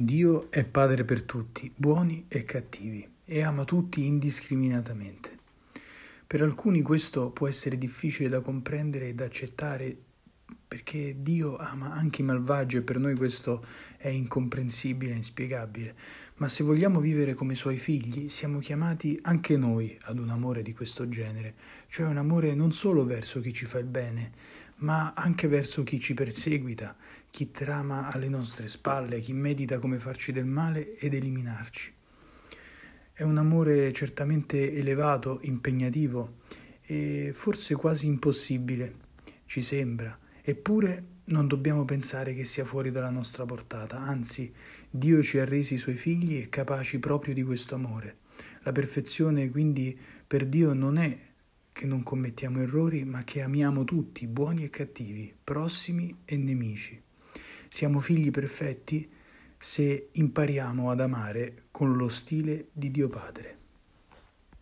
Dio è Padre per tutti, buoni e cattivi, e ama tutti indiscriminatamente. Per alcuni questo può essere difficile da comprendere e da accettare perché Dio ama anche i malvagi e per noi questo è incomprensibile e inspiegabile. Ma se vogliamo vivere come Suoi figli, siamo chiamati anche noi ad un amore di questo genere, cioè un amore non solo verso chi ci fa il bene, ma anche verso chi ci perseguita, chi trama alle nostre spalle, chi medita come farci del male ed eliminarci. È un amore certamente elevato, impegnativo e forse quasi impossibile, ci sembra, eppure non dobbiamo pensare che sia fuori dalla nostra portata, anzi, Dio ci ha resi Suoi figli e capaci proprio di questo amore. La perfezione quindi per Dio non è che non commettiamo errori, ma che amiamo tutti, buoni e cattivi, prossimi e nemici. Siamo figli perfetti se impariamo ad amare con lo stile di Dio Padre.